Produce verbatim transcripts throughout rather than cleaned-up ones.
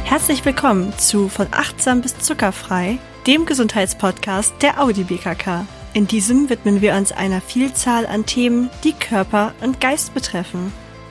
Herzlich willkommen zu Von achtsam bis zuckerfrei, dem Gesundheitspodcast der Audi B K K. In diesem widmen wir uns einer Vielzahl an Themen, die Körper und Geist betreffen.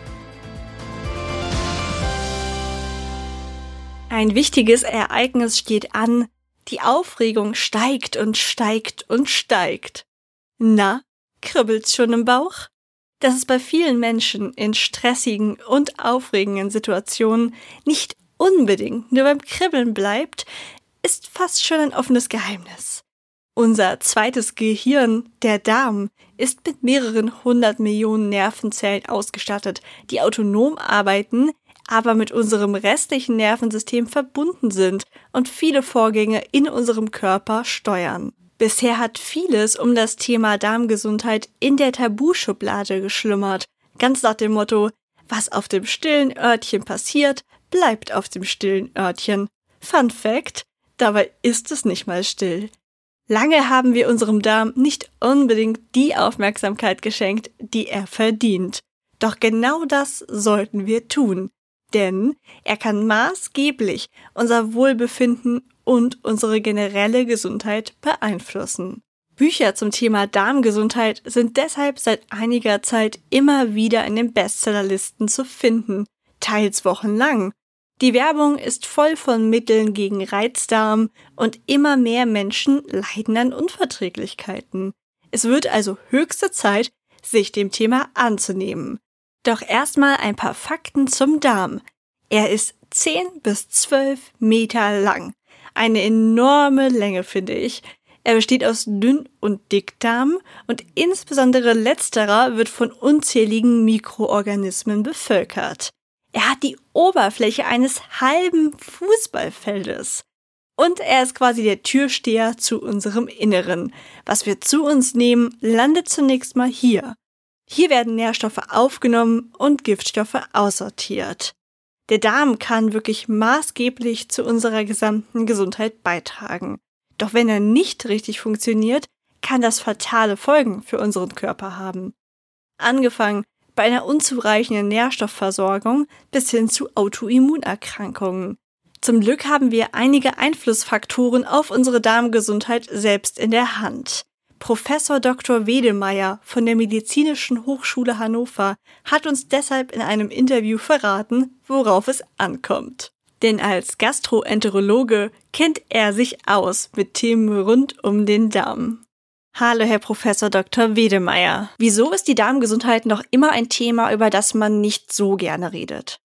Ein wichtiges Ereignis steht an, die Aufregung steigt und steigt und steigt. Na, kribbelt's schon im Bauch? Dass es bei vielen Menschen in stressigen und aufregenden Situationen nicht unbedingt nur beim Kribbeln bleibt, ist fast schon ein offenes Geheimnis. Unser zweites Gehirn, der Darm, ist mit mehreren hundert Millionen Nervenzellen ausgestattet, die autonom arbeiten, aber mit unserem restlichen Nervensystem verbunden sind und viele Vorgänge in unserem Körper steuern. Bisher hat vieles um das Thema Darmgesundheit in der Tabuschublade geschlummert, ganz nach dem Motto, was auf dem stillen Örtchen passiert, bleibt auf dem stillen Örtchen. Fun Fact, dabei ist es nicht mal still. Lange haben wir unserem Darm nicht unbedingt die Aufmerksamkeit geschenkt, die er verdient. Doch genau das sollten wir tun, denn er kann maßgeblich unser Wohlbefinden und unsere generelle Gesundheit beeinflussen. Bücher zum Thema Darmgesundheit sind deshalb seit einiger Zeit immer wieder in den Bestsellerlisten zu finden, teils wochenlang. Die Werbung ist voll von Mitteln gegen Reizdarm und immer mehr Menschen leiden an Unverträglichkeiten. Es wird also höchste Zeit, sich dem Thema anzunehmen. Doch erstmal ein paar Fakten zum Darm. Er ist zehn bis zwölf Meter lang. Eine enorme Länge, finde ich. Er besteht aus Dünn- und Dickdarm und insbesondere letzterer wird von unzähligen Mikroorganismen bevölkert. Er hat die Oberfläche eines halben Fußballfeldes. Und er ist quasi der Türsteher zu unserem Inneren. Was wir zu uns nehmen, landet zunächst mal hier. Hier werden Nährstoffe aufgenommen und Giftstoffe aussortiert. Der Darm kann wirklich maßgeblich zu unserer gesamten Gesundheit beitragen. Doch wenn er nicht richtig funktioniert, kann das fatale Folgen für unseren Körper haben. Angefangen bei einer unzureichenden Nährstoffversorgung bis hin zu Autoimmunerkrankungen. Zum Glück haben wir einige Einflussfaktoren auf unsere Darmgesundheit selbst in der Hand. Professor Doktor Wedemeyer von der Medizinischen Hochschule Hannover hat uns deshalb in einem Interview verraten, worauf es ankommt. Denn als Gastroenterologe kennt er sich aus mit Themen rund um den Darm. Hallo, Herr Professor Doktor Wedemeyer. Wieso ist die Darmgesundheit noch immer ein Thema, über das man nicht so gerne redet?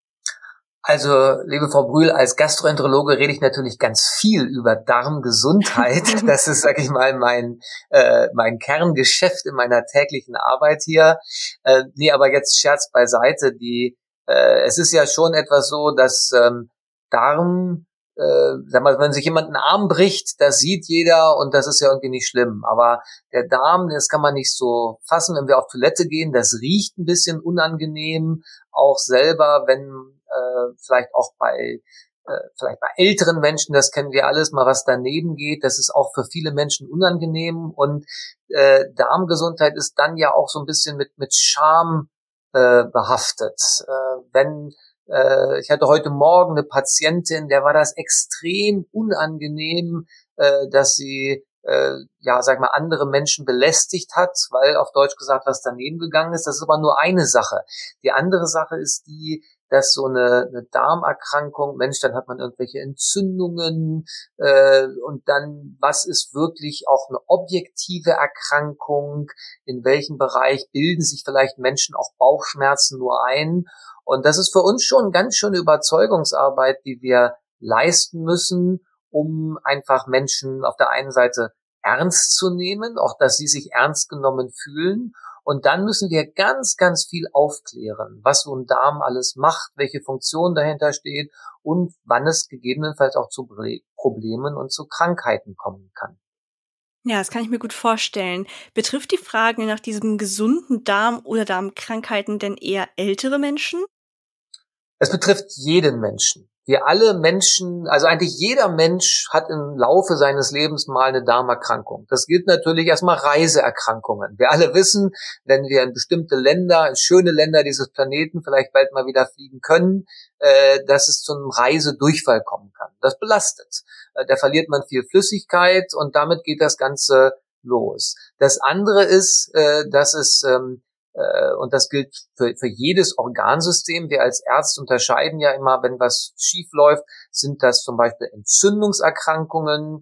Also, liebe Frau Brühl, als Gastroenterologe rede ich natürlich ganz viel über Darmgesundheit. Das ist, sag ich mal, mein äh, mein Kerngeschäft in meiner täglichen Arbeit hier. Äh, nee, aber jetzt Scherz beiseite. Die, äh, es ist ja schon etwas so, dass ähm, Darm, äh, sag mal, wenn sich jemand einen Arm bricht, das sieht jeder und das ist ja irgendwie nicht schlimm. Aber der Darm, das kann man nicht so fassen, wenn wir auf Toilette gehen. Das riecht ein bisschen unangenehm, auch selber, wenn Äh, vielleicht auch bei äh, vielleicht bei älteren Menschen, das kennen wir alles, mal was daneben geht, das ist auch für viele Menschen unangenehm und äh, Darmgesundheit ist dann ja auch so ein bisschen mit mit Scham äh, behaftet. Äh, wenn äh, ich hatte heute Morgen eine Patientin, der war das extrem unangenehm, äh, dass sie äh, ja, sag mal, andere Menschen belästigt hat, weil auf Deutsch gesagt was daneben gegangen ist. Das ist aber nur eine Sache. Die andere Sache ist die, dass so eine, eine Darmerkrankung, Mensch, dann hat man irgendwelche Entzündungen äh, und dann, was ist wirklich auch eine objektive Erkrankung, in welchem Bereich bilden sich vielleicht Menschen auch Bauchschmerzen nur ein und das ist für uns schon ganz schöne Überzeugungsarbeit, die wir leisten müssen, um einfach Menschen auf der einen Seite ernst zu nehmen, auch dass sie sich ernst genommen fühlen. Und dann müssen wir ganz, ganz viel aufklären, was so ein Darm alles macht, welche Funktion dahinter steht und wann es gegebenenfalls auch zu Problemen und zu Krankheiten kommen kann. Ja, das kann ich mir gut vorstellen. Betrifft die Frage nach diesem gesunden Darm oder Darmkrankheiten denn eher ältere Menschen? Es betrifft jeden Menschen. Wir alle Menschen, also eigentlich jeder Mensch hat im Laufe seines Lebens mal eine Darmerkrankung. Das gilt natürlich erstmal Reiseerkrankungen. Wir alle wissen, wenn wir in bestimmte Länder, schöne Länder dieses Planeten vielleicht bald mal wieder fliegen können, äh, dass es zu einem Reisedurchfall kommen kann. Das belastet. Äh, da verliert man viel Flüssigkeit und damit geht das Ganze los. Das andere ist, äh, dass es ähm, und das gilt für, für jedes Organsystem. Wir als Ärzte unterscheiden ja immer, wenn was schief läuft, sind das zum Beispiel Entzündungserkrankungen,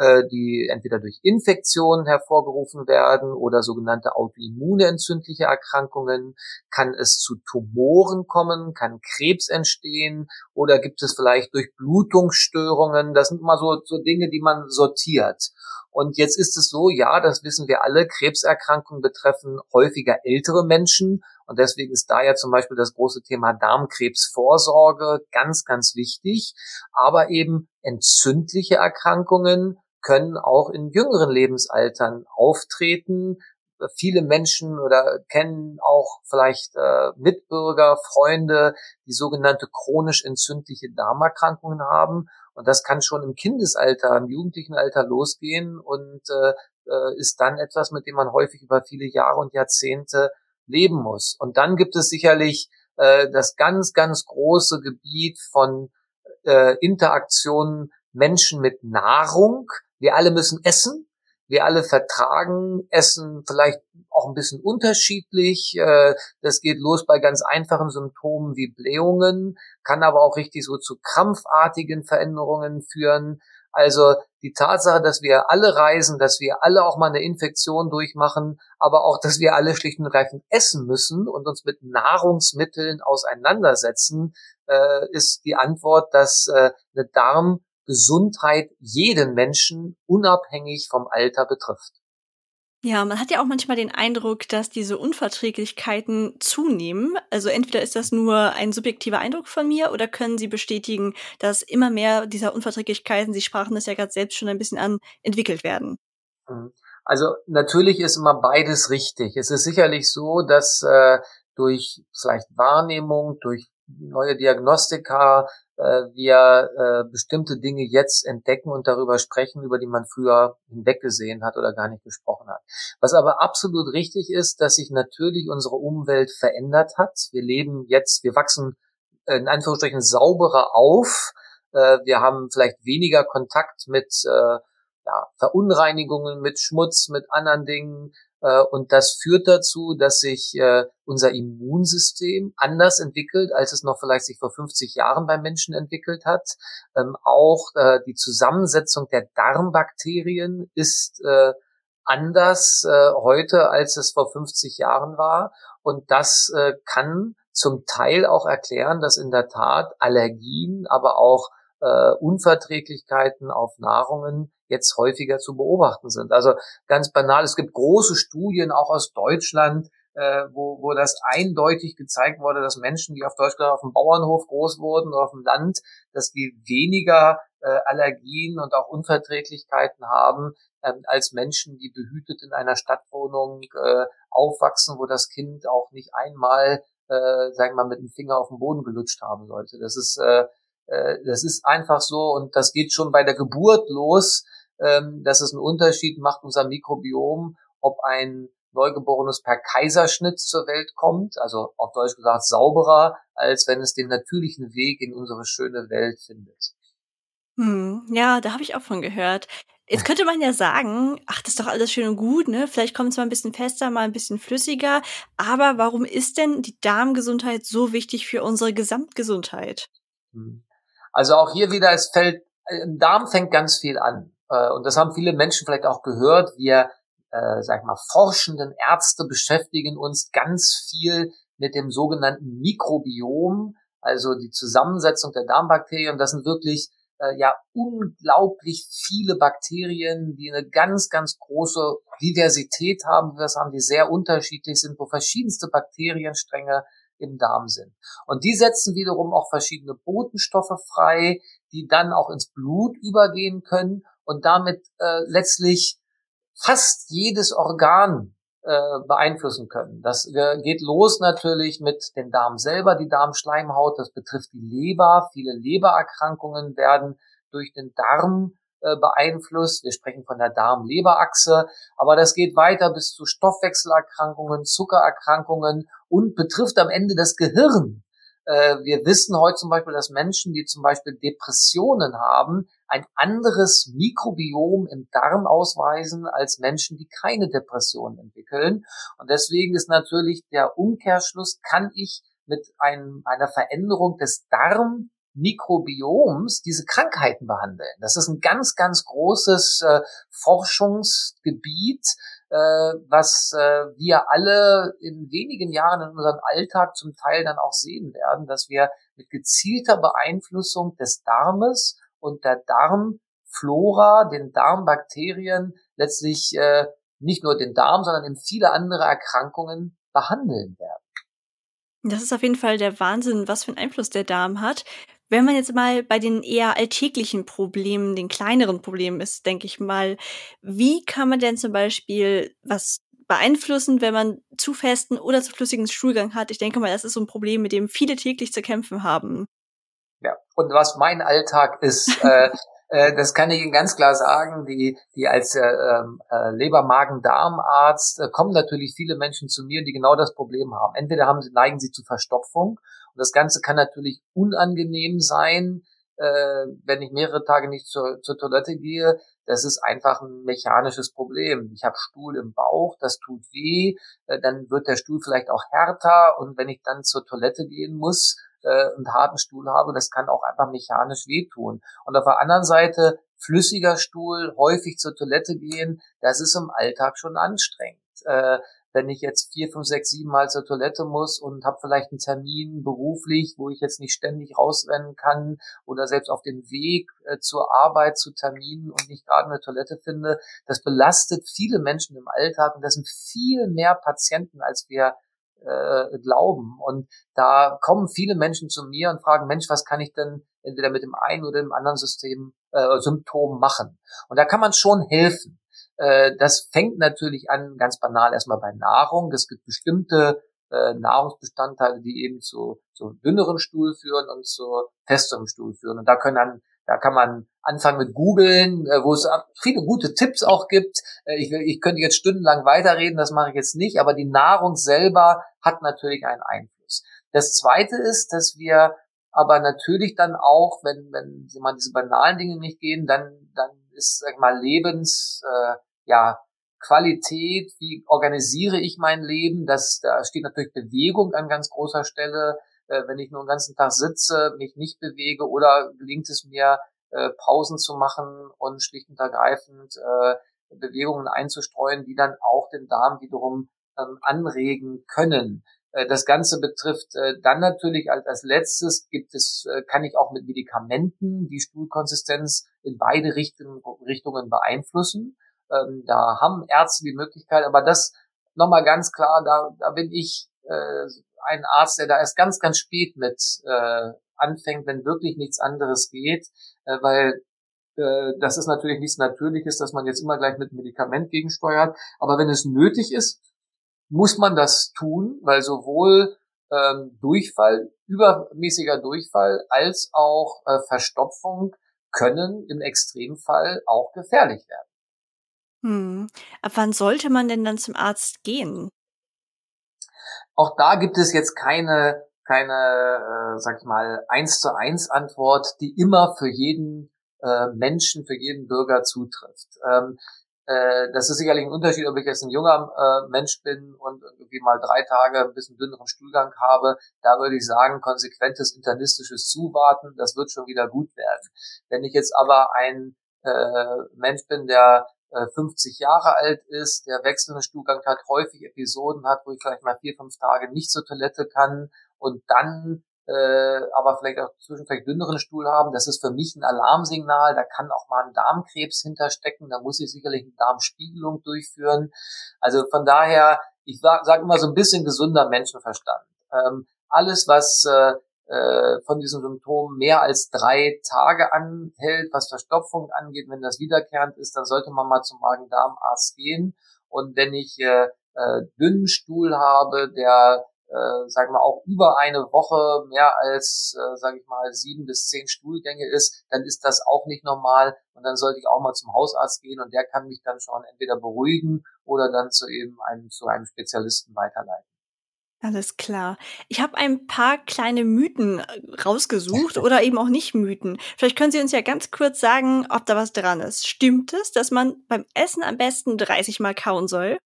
die entweder durch Infektionen hervorgerufen werden oder sogenannte autoimmune entzündliche Erkrankungen. Kann es zu Tumoren kommen? Kann Krebs entstehen? Oder gibt es vielleicht Durchblutungsstörungen? Das sind immer so, so Dinge, die man sortiert. Und jetzt ist es so, ja, das wissen wir alle, Krebserkrankungen betreffen häufiger ältere Menschen. Und deswegen ist da ja zum Beispiel das große Thema Darmkrebsvorsorge ganz, ganz wichtig. Aber eben entzündliche Erkrankungen können auch in jüngeren Lebensaltern auftreten. Viele Menschen oder kennen auch vielleicht äh, Mitbürger, Freunde, die sogenannte chronisch entzündliche Darmerkrankungen haben. Und das kann schon im Kindesalter, im jugendlichen Alter losgehen und äh, ist dann etwas, mit dem man häufig über viele Jahre und Jahrzehnte leben muss. Und dann gibt es sicherlich äh, das ganz, ganz große Gebiet von äh, Interaktionen Menschen mit Nahrung. Wir alle müssen essen. Wir alle vertragen Essen vielleicht auch ein bisschen unterschiedlich. Das geht los bei ganz einfachen Symptomen wie Blähungen, kann aber auch richtig so zu krampfartigen Veränderungen führen. Also die Tatsache, dass wir alle reisen, dass wir alle auch mal eine Infektion durchmachen, aber auch, dass wir alle schlicht und ergreifend essen müssen und uns mit Nahrungsmitteln auseinandersetzen, ist die Antwort, dass eine Darm Gesundheit jeden Menschen unabhängig vom Alter betrifft. Ja, man hat ja auch manchmal den Eindruck, dass diese Unverträglichkeiten zunehmen. Also entweder ist das nur ein subjektiver Eindruck von mir oder können Sie bestätigen, dass immer mehr dieser Unverträglichkeiten, Sie sprachen das ja gerade selbst schon ein bisschen an, entwickelt werden? Also natürlich ist immer beides richtig. Es ist sicherlich so, dass äh, durch vielleicht Wahrnehmung, durch neue Diagnostika äh, wir äh, bestimmte Dinge jetzt entdecken und darüber sprechen, über die man früher hinweggesehen hat oder gar nicht gesprochen hat. Was aber absolut richtig ist, dass sich natürlich unsere Umwelt verändert hat. Wir leben jetzt, wir wachsen äh, in Anführungsstrichen sauberer auf. Äh, wir haben vielleicht weniger Kontakt mit äh, ja, Verunreinigungen, mit Schmutz, mit anderen Dingen. Und das führt dazu, dass sich äh, unser Immunsystem anders entwickelt, als es noch vielleicht sich vor fünfzig Jahren beim Menschen entwickelt hat. Ähm, auch äh, die Zusammensetzung der Darmbakterien ist äh, anders äh, heute, als es vor fünfzig Jahren war. Und das äh, kann zum Teil auch erklären, dass in der Tat Allergien, aber auch äh, Unverträglichkeiten auf Nahrungen jetzt häufiger zu beobachten sind. Also ganz banal, es gibt große Studien auch aus Deutschland, äh, wo, wo das eindeutig gezeigt wurde, dass Menschen, die auf Deutsch gesagt auf dem Bauernhof groß wurden oder auf dem Land, dass die weniger äh, Allergien und auch Unverträglichkeiten haben, äh, als Menschen, die behütet in einer Stadtwohnung äh, aufwachsen, wo das Kind auch nicht einmal, äh, sagen wir mal, mit dem Finger auf den Boden gelutscht haben sollte. Das ist äh, Das ist einfach so und das geht schon bei der Geburt los, dass es einen Unterschied macht, unser Mikrobiom, ob ein Neugeborenes per Kaiserschnitt zur Welt kommt, also auf Deutsch gesagt sauberer, als wenn es den natürlichen Weg in unsere schöne Welt findet. Hm, ja, da habe ich auch von gehört. Jetzt könnte man ja sagen, ach, das ist doch alles schön und gut, ne? Vielleicht kommt es mal ein bisschen fester, mal ein bisschen flüssiger. Aber warum ist denn die Darmgesundheit so wichtig für unsere Gesamtgesundheit? Also auch hier wieder, es fällt, im Darm fängt ganz viel an. Und das haben viele Menschen vielleicht auch gehört. Wir, äh, sag ich mal, forschenden Ärzte beschäftigen uns ganz viel mit dem sogenannten Mikrobiom, also die Zusammensetzung der Darmbakterien. Das sind wirklich äh, ja unglaublich viele Bakterien, die eine ganz, ganz große Diversität haben, wie wir das haben, die sehr unterschiedlich sind, wo verschiedenste Bakterienstränge im Darm sind. Und die setzen wiederum auch verschiedene Botenstoffe frei, die dann auch ins Blut übergehen können und damit äh, letztlich fast jedes Organ äh, beeinflussen können. Das äh, geht los natürlich mit dem Darm selber, die Darmschleimhaut. Das betrifft die Leber. Viele Lebererkrankungen werden durch den Darm äh, beeinflusst. Wir sprechen von der Darm-Leber-Achse. Aber das geht weiter bis zu Stoffwechselerkrankungen, Zuckererkrankungen und betrifft am Ende das Gehirn. Wir wissen heute zum Beispiel, dass Menschen, die zum Beispiel Depressionen haben, ein anderes Mikrobiom im Darm ausweisen als Menschen, die keine Depressionen entwickeln. Und deswegen ist natürlich der Umkehrschluss, kann ich mit einem, einer Veränderung des Darmmikrobioms diese Krankheiten behandeln. Das ist ein ganz, ganz großes äh, Forschungsgebiet, was wir alle in wenigen Jahren in unserem Alltag zum Teil dann auch sehen werden, dass wir mit gezielter Beeinflussung des Darmes und der Darmflora, den Darmbakterien, letztlich nicht nur den Darm, sondern eben viele andere Erkrankungen behandeln werden. Das ist auf jeden Fall der Wahnsinn, was für einen Einfluss der Darm hat. Wenn man jetzt mal bei den eher alltäglichen Problemen, den kleineren Problemen ist, denke ich mal, wie kann man denn zum Beispiel was beeinflussen, wenn man zu festen oder zu flüssigen Stuhlgang hat? Ich denke mal, das ist so ein Problem, mit dem viele täglich zu kämpfen haben. Ja, und was mein Alltag ist, äh, äh, das kann ich Ihnen ganz klar sagen, die, die als äh, äh, Leber-Magen-Darm-Arzt äh, kommen natürlich viele Menschen zu mir, die genau das Problem haben. Entweder haben sie, neigen sie zu Verstopfung, und das Ganze kann natürlich unangenehm sein, äh, wenn ich mehrere Tage nicht zur, zur Toilette gehe. Das ist einfach ein mechanisches Problem. Ich habe Stuhl im Bauch, das tut weh, äh, dann wird der Stuhl vielleicht auch härter, und wenn ich dann zur Toilette gehen muss, einen harten Stuhl habe, das kann auch einfach mechanisch wehtun. Und auf der anderen Seite flüssiger Stuhl, häufig zur Toilette gehen, das ist im Alltag schon anstrengend. Äh, wenn ich jetzt vier, fünf, sechs, sieben Mal zur Toilette muss und habe vielleicht einen Termin beruflich, wo ich jetzt nicht ständig rausrennen kann, oder selbst auf dem Weg äh, zur Arbeit, zu Terminen und nicht gerade eine Toilette finde, das belastet viele Menschen im Alltag, und das sind viel mehr Patienten, als wir äh, glauben. Und da kommen viele Menschen zu mir und fragen, Mensch, was kann ich denn entweder mit dem einen oder dem anderen System, äh, Symptom machen? Und da kann man schon helfen. Äh, das fängt natürlich an, ganz banal erstmal bei Nahrung. Es gibt bestimmte äh, Nahrungsbestandteile, die eben zu, zu dünneren Stuhl führen und zu festerem Stuhl führen. Und da können dann Da kann man anfangen mit Googeln, wo es viele gute Tipps auch gibt. Ich, ich könnte jetzt stundenlang weiterreden, das mache ich jetzt nicht, aber die Nahrung selber hat natürlich einen Einfluss. Das Zweite ist, dass wir aber natürlich dann auch, wenn wenn man diese banalen Dinge nicht gehen, dann dann ist, sag ich mal, Lebens äh, ja Qualität, wie organisiere ich mein Leben, das da steht natürlich Bewegung an ganz großer Stelle. Wenn ich nur den ganzen Tag sitze, mich nicht bewege, oder gelingt es mir, äh, Pausen zu machen und schlicht und ergreifend äh, Bewegungen einzustreuen, die dann auch den Darm wiederum ähm, anregen können. Äh, das Ganze betrifft äh, dann natürlich als, als letztes gibt es, äh, kann ich auch mit Medikamenten die Stuhlkonsistenz in beide Richtungen, Richtungen beeinflussen. Ähm, da haben Ärzte die Möglichkeit, aber das nochmal ganz klar, da, da bin ich äh, ein Arzt, der da erst ganz, ganz spät mit äh, anfängt, wenn wirklich nichts anderes geht, äh, weil äh, das ist natürlich nichts Natürliches, dass man jetzt immer gleich mit Medikament gegensteuert, aber wenn es nötig ist, muss man das tun, weil sowohl ähm, Durchfall, übermäßiger Durchfall, als auch äh, Verstopfung können im Extremfall auch gefährlich werden. Hm. Ab wann sollte man denn dann zum Arzt gehen? Auch da gibt es jetzt keine, keine, äh, sag ich mal, eins zu eins Antwort, die immer für jeden äh, Menschen, für jeden Bürger zutrifft. Ähm, äh, das ist sicherlich ein Unterschied, ob ich jetzt ein junger äh, Mensch bin und irgendwie mal drei Tage ein bisschen dünneren Stuhlgang habe. Da würde ich sagen, konsequentes internistisches Zuwarten, das wird schon wieder gut werden. Wenn ich jetzt aber ein äh, Mensch bin, der fünfzig Jahre alt ist, der wechselnden Stuhlgang hat, häufig Episoden hat, wo ich vielleicht mal vier, fünf Tage nicht zur Toilette kann und dann äh, aber vielleicht auch zwischenzeitlich dünneren Stuhl haben, das ist für mich ein Alarmsignal, da kann auch mal ein Darmkrebs hinterstecken, da muss ich sicherlich eine Darmspiegelung durchführen. Also von daher, ich sage immer so ein bisschen gesunder Menschenverstand. Ähm, alles, was äh, von diesen Symptomen mehr als drei Tage anhält, was Verstopfung angeht, wenn das wiederkehrend ist, dann sollte man mal zum Magen-Darm-Arzt gehen. Und wenn ich äh, äh, dünnen Stuhl habe, der äh, sagen wir auch über eine Woche mehr als, äh, sage ich mal, sieben bis zehn Stuhlgänge ist, dann ist das auch nicht normal und dann sollte ich auch mal zum Hausarzt gehen und der kann mich dann schon entweder beruhigen oder dann zu eben einem zu einem Spezialisten weiterleiten. Alles klar. Ich habe ein paar kleine Mythen äh, rausgesucht oder eben auch nicht Mythen. Vielleicht können Sie uns ja ganz kurz sagen, ob da was dran ist. Stimmt es, dass man beim Essen am besten dreißig Mal kauen soll?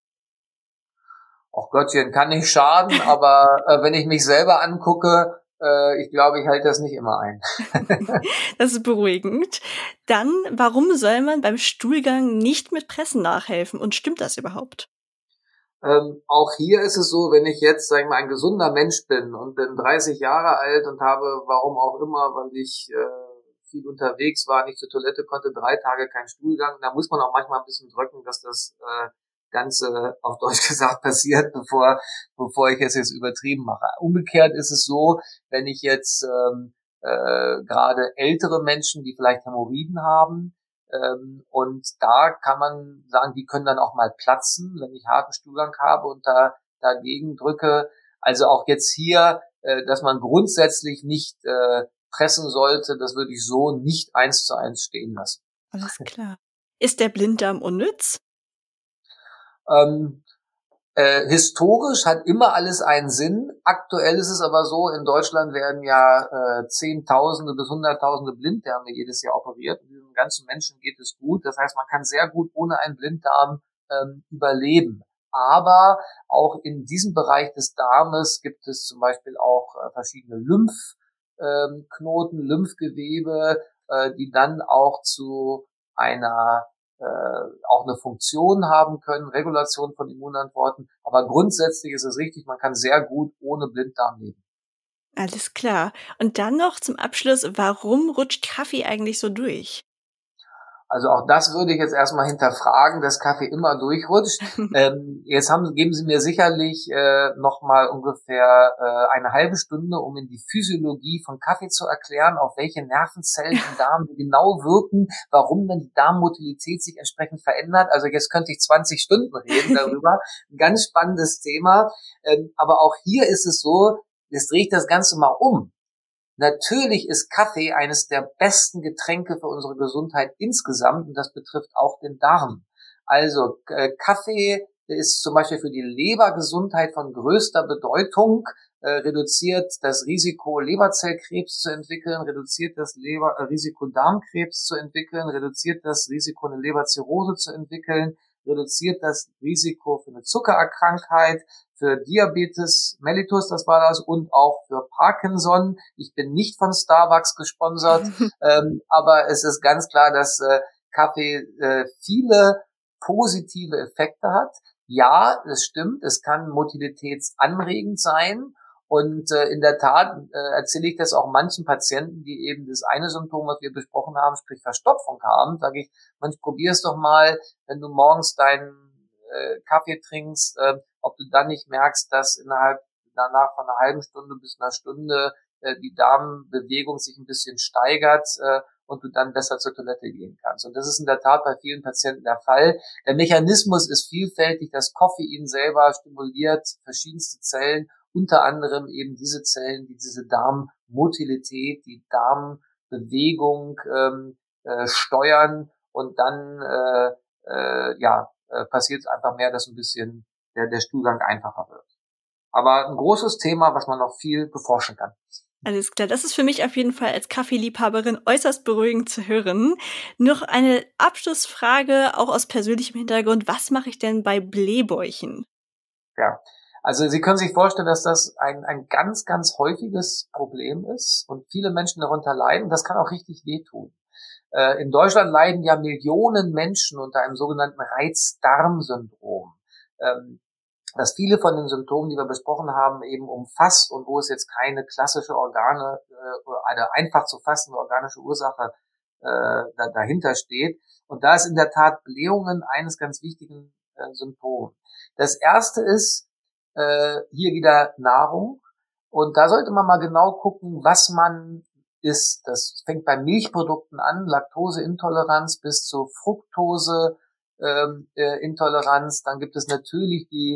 Auch Gottchen, kann nicht schaden, aber äh, wenn ich mich selber angucke, äh, ich glaube, ich halte das nicht immer ein. Das ist beruhigend. Dann, warum soll man beim Stuhlgang nicht mit Pressen nachhelfen? Und stimmt das überhaupt? Ähm, auch hier ist es so, wenn ich jetzt, sag ich mal, ein gesunder Mensch bin und bin dreißig Jahre alt und habe, warum auch immer, weil ich äh, viel unterwegs war, nicht zur Toilette konnte, drei Tage kein Stuhlgang, da muss man auch manchmal ein bisschen drücken, dass das äh, Ganze auf Deutsch gesagt passiert, bevor bevor ich es jetzt übertrieben mache. Umgekehrt ist es so, wenn ich jetzt ähm, äh, gerade ältere Menschen, die vielleicht Hämorrhoiden haben, ähm, und da kann man sagen, die können dann auch mal platzen, wenn ich harten Stuhlgang habe und da dagegen drücke. Also auch jetzt hier, äh, dass man grundsätzlich nicht äh, pressen sollte, das würde ich so nicht eins zu eins stehen lassen. Alles klar. Ist der Blinddarm unnütz? Ähm, Äh, historisch hat immer alles einen Sinn. Aktuell ist es aber so, in Deutschland werden ja äh, Zehntausende bis Hunderttausende Blinddarme jedes Jahr operiert. Und diesem ganzen Menschen geht es gut. Das heißt, man kann sehr gut ohne einen Blinddarm ähm, überleben. Aber auch in diesem Bereich des Darmes gibt es zum Beispiel auch äh, verschiedene Lymphknoten, ähm, Lymphgewebe, äh, die dann auch zu einer äh, auch eine Funktion haben können, Regulation von Immunantworten. Aber grundsätzlich ist es richtig, man kann sehr gut ohne Blinddarm leben. Alles klar. Und dann noch zum Abschluss, warum rutscht Kaffee eigentlich so durch? Also auch das würde ich jetzt erstmal hinterfragen, dass Kaffee immer durchrutscht. Ähm, jetzt haben, geben Sie mir sicherlich äh, nochmal ungefähr äh, eine halbe Stunde, um in die Physiologie von Kaffee zu erklären, auf welche Nervenzellen im Darm die genau wirken, warum dann die Darmmotilität sich entsprechend verändert. Also jetzt könnte ich zwanzig Stunden reden darüber. Ein ganz spannendes Thema. Ähm, aber auch hier ist es so, jetzt drehe ich das Ganze mal um. Natürlich ist Kaffee eines der besten Getränke für unsere Gesundheit insgesamt und das betrifft auch den Darm. Also äh, Kaffee ist zum Beispiel für die Lebergesundheit von größter Bedeutung, äh, reduziert das Risiko, Leberzellkrebs zu entwickeln, reduziert das Leber, äh, Risiko, Darmkrebs zu entwickeln, reduziert das Risiko, eine Leberzirrhose zu entwickeln, reduziert das Risiko für eine Zuckererkrankheit, für Diabetes mellitus, das war das, und auch für Parkinson. Ich bin nicht von Starbucks gesponsert, ähm, aber es ist ganz klar, dass äh, Kaffee äh, viele positive Effekte hat. Ja, es stimmt, es kann mobilitätsanregend sein. Und äh, in der Tat äh, erzähle ich das auch manchen Patienten, die eben das eine Symptom, was wir besprochen haben, sprich Verstopfung haben, sage ich, Mensch, probier's doch mal, wenn du morgens deinen äh, Kaffee trinkst, äh, ob du dann nicht merkst, dass innerhalb danach von einer halben Stunde bis einer Stunde äh, die Darmbewegung sich ein bisschen steigert äh, und du dann besser zur Toilette gehen kannst. Und das ist in der Tat bei vielen Patienten der Fall. Der Mechanismus ist vielfältig. Das Koffein selber stimuliert verschiedenste Zellen, unter anderem eben diese Zellen, die diese Darmmotilität, die Darmbewegung ähm, äh, steuern und dann äh, äh, ja äh, passiert einfach mehr, dass ein bisschen der, der Stuhlgang einfacher wird. Aber ein großes Thema, was man noch viel beforschen kann. Alles klar, das ist für mich auf jeden Fall als Kaffeeliebhaberin äußerst beruhigend zu hören. Noch eine Abschlussfrage, auch aus persönlichem Hintergrund. Was mache ich denn bei Blähbäuchen? Ja, also Sie können sich vorstellen, dass das ein, ein ganz, ganz häufiges Problem ist und viele Menschen darunter leiden. Das kann auch richtig wehtun. Äh, in Deutschland leiden ja Millionen Menschen unter einem sogenannten Reizdarmsyndrom. Ähm, dass viele von den Symptomen, die wir besprochen haben, eben umfasst und wo es jetzt keine klassische Organe äh, oder eine einfach zu fassende organische Ursache äh, da, dahinter steht. Und da ist in der Tat Blähungen eines ganz wichtigen äh, Symptoms. Das erste ist äh, hier wieder Nahrung. Und da sollte man mal genau gucken, was man isst. Das fängt bei Milchprodukten an, Laktoseintoleranz bis zur Fructose. Ähm, äh, Intoleranz, dann gibt es natürlich die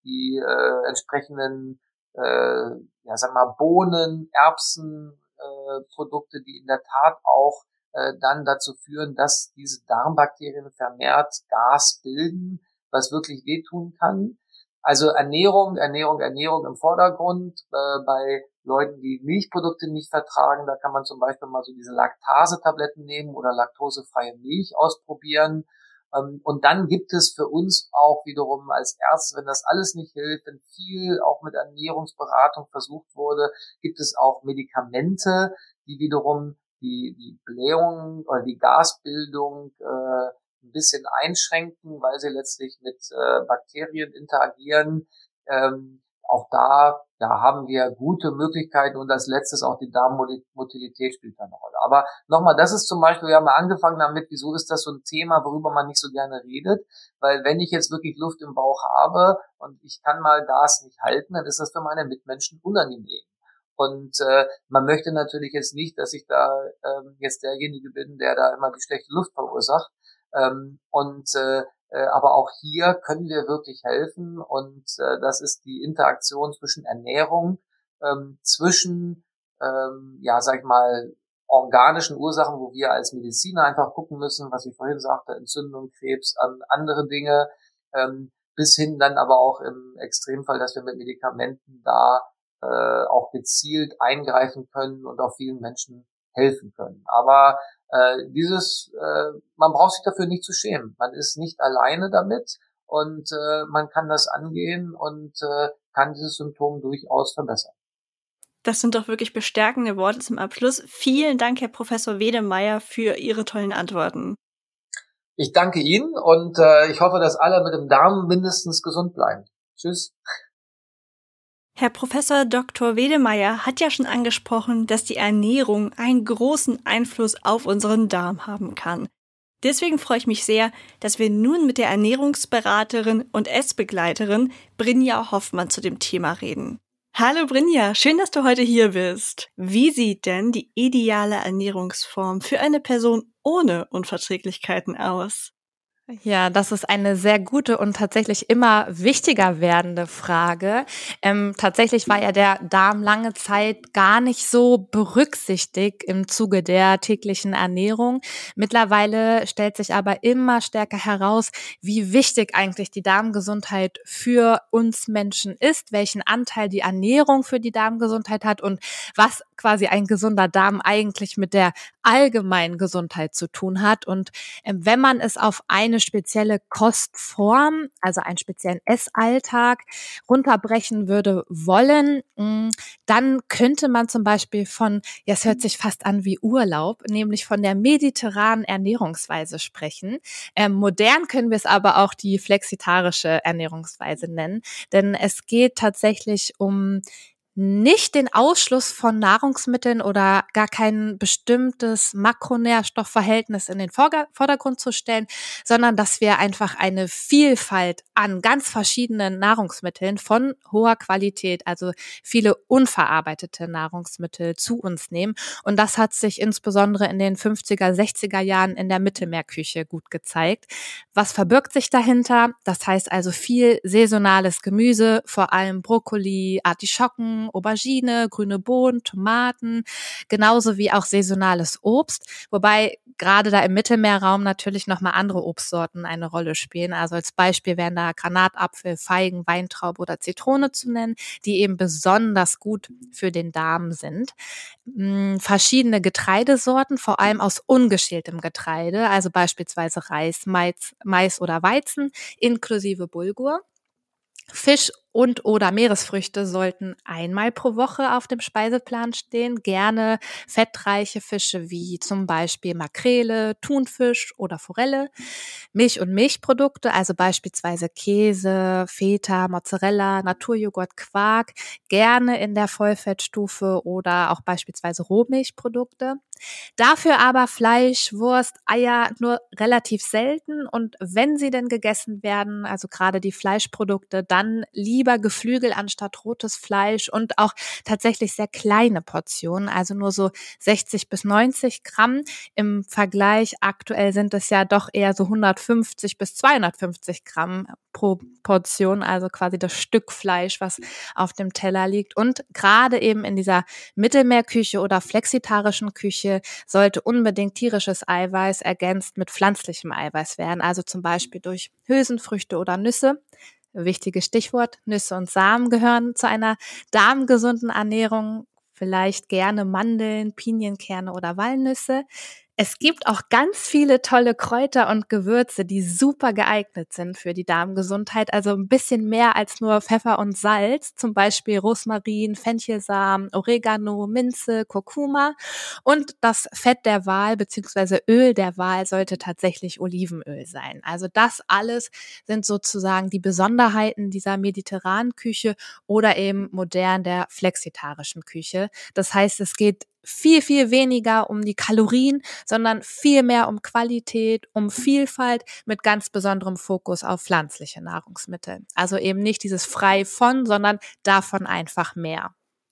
die äh, entsprechenden, äh, ja, sag mal, Bohnen, Erbsen, äh, Produkte, die in der Tat auch äh, dann dazu führen, dass diese Darmbakterien vermehrt Gas bilden, was wirklich wehtun kann. Also Ernährung, Ernährung, Ernährung im Vordergrund. Äh, bei Leuten, die Milchprodukte nicht vertragen, da kann man zum Beispiel mal so diese Laktase-Tabletten nehmen oder laktosefreie Milch ausprobieren. Ähm, und dann gibt es für uns auch wiederum als Ärzte, wenn das alles nicht hilft, wenn viel auch mit Ernährungsberatung versucht wurde, gibt es auch Medikamente, die wiederum die, die Blähung oder die Gasbildung äh, ein bisschen einschränken, weil sie letztlich mit äh, Bakterien interagieren. Ähm, auch da ja, haben wir gute Möglichkeiten und als letztes auch die Darmmotilität spielt da eine Rolle. Aber nochmal, das ist zum Beispiel, wir haben mal angefangen damit, wieso ist das so ein Thema, worüber man nicht so gerne redet? Weil wenn ich jetzt wirklich Luft im Bauch habe und ich kann mal Gas nicht halten, dann ist das für meine Mitmenschen unangenehm. Und äh, man möchte natürlich jetzt nicht, dass ich da ähm, jetzt derjenige bin, der da immer die schlechte Luft verursacht. Ähm, und äh, äh, aber auch hier können wir wirklich helfen und äh, das ist die Interaktion zwischen Ernährung, ähm, zwischen, ähm, ja, sag ich mal, organischen Ursachen, wo wir als Mediziner einfach gucken müssen, was ich vorhin sagte, Entzündung, Krebs, an andere Dinge, ähm, bis hin dann aber auch im Extremfall, dass wir mit Medikamenten da äh, auch gezielt eingreifen können und auch vielen Menschen helfen können. Aber äh, dieses, äh, man braucht sich dafür nicht zu schämen. Man ist nicht alleine damit und äh, man kann das angehen und äh, kann dieses Symptom durchaus verbessern. Das sind doch wirklich bestärkende Worte zum Abschluss. Vielen Dank, Herr Professor Wedemeyer, für Ihre tollen Antworten. Ich danke Ihnen und äh, ich hoffe, dass alle mit dem Darm mindestens gesund bleiben. Tschüss. Herr Professor Doktor Wedemeyer hat ja schon angesprochen, dass die Ernährung einen großen Einfluss auf unseren Darm haben kann. Deswegen freue ich mich sehr, dass wir nun mit der Ernährungsberaterin und Essbegleiterin Brinja Hoffmann zu dem Thema reden. Hallo Brinja, schön, dass du heute hier bist. Wie sieht denn die ideale Ernährungsform für eine Person ohne Unverträglichkeiten aus? Ja, das ist eine sehr gute und tatsächlich immer wichtiger werdende Frage. Ähm, tatsächlich war ja der Darm lange Zeit gar nicht so berücksichtigt im Zuge der täglichen Ernährung. Mittlerweile stellt sich aber immer stärker heraus, wie wichtig eigentlich die Darmgesundheit für uns Menschen ist, welchen Anteil die Ernährung für die Darmgesundheit hat und was quasi ein gesunder Darm eigentlich mit der allgemeinen Gesundheit zu tun hat. Und äh, wenn man es auf eine spezielle Kostform, also einen speziellen Essalltag runterbrechen würde wollen, dann könnte man zum Beispiel von, ja, es hört sich fast an wie Urlaub, nämlich von der mediterranen Ernährungsweise sprechen. Ähm, modern können wir es aber auch die flexitarische Ernährungsweise nennen, denn es geht tatsächlich um nicht den Ausschluss von Nahrungsmitteln oder gar kein bestimmtes Makronährstoffverhältnis in den Vordergrund zu stellen, sondern dass wir einfach eine Vielfalt an ganz verschiedenen Nahrungsmitteln von hoher Qualität, also viele unverarbeitete Nahrungsmittel zu uns nehmen. Und das hat sich insbesondere in den fünfziger, sechziger Jahren in der Mittelmeerküche gut gezeigt. Was verbirgt sich dahinter? Das heißt also viel saisonales Gemüse, vor allem Brokkoli, Artischocken, Aubergine, grüne Bohnen, Tomaten, genauso wie auch saisonales Obst, wobei gerade da im Mittelmeerraum natürlich nochmal andere Obstsorten eine Rolle spielen. Also als Beispiel wären da Granatapfel, Feigen, Weintraube oder Zitrone zu nennen, die eben besonders gut für den Darm sind. Verschiedene Getreidesorten, vor allem aus ungeschältem Getreide, also beispielsweise Reis, Mais, Mais oder Weizen, inklusive Bulgur. Fisch und oder Meeresfrüchte sollten einmal pro Woche auf dem Speiseplan stehen. Gerne fettreiche Fische wie zum Beispiel Makrele, Thunfisch oder Forelle. Milch und Milchprodukte, also beispielsweise Käse, Feta, Mozzarella, Naturjoghurt, Quark, gerne in der Vollfettstufe oder auch beispielsweise Rohmilchprodukte. Dafür aber Fleisch, Wurst, Eier nur relativ selten und wenn sie denn gegessen werden, also gerade die Fleischprodukte, dann lieber Geflügel anstatt rotes Fleisch und auch tatsächlich sehr kleine Portionen, also nur so sechzig bis neunzig Gramm. Im Vergleich aktuell sind es ja doch eher so hundertfünfzig bis zweihundertfünfzig Gramm pro Portion, also quasi das Stück Fleisch, was auf dem Teller liegt. Und gerade eben in dieser Mittelmeerküche oder flexitarischen Küche sollte unbedingt tierisches Eiweiß ergänzt mit pflanzlichem Eiweiß werden, also zum Beispiel durch Hülsenfrüchte oder Nüsse. Wichtiges Stichwort, Nüsse und Samen gehören zu einer darmgesunden Ernährung, vielleicht gerne Mandeln, Pinienkerne oder Walnüsse. Es gibt auch ganz viele tolle Kräuter und Gewürze, die super geeignet sind für die Darmgesundheit. Also ein bisschen mehr als nur Pfeffer und Salz, zum Beispiel Rosmarin, Fenchelsamen, Oregano, Minze, Kurkuma. Und das Fett der Wahl bzw. Öl der Wahl sollte tatsächlich Olivenöl sein. Also das alles sind sozusagen die Besonderheiten dieser mediterranen Küche oder eben modern der flexitarischen Küche. Das heißt, es geht viel, viel weniger um die Kalorien, sondern viel mehr um Qualität, um Vielfalt mit ganz besonderem Fokus auf pflanzliche Nahrungsmittel. Also eben nicht dieses frei von, sondern davon einfach mehr.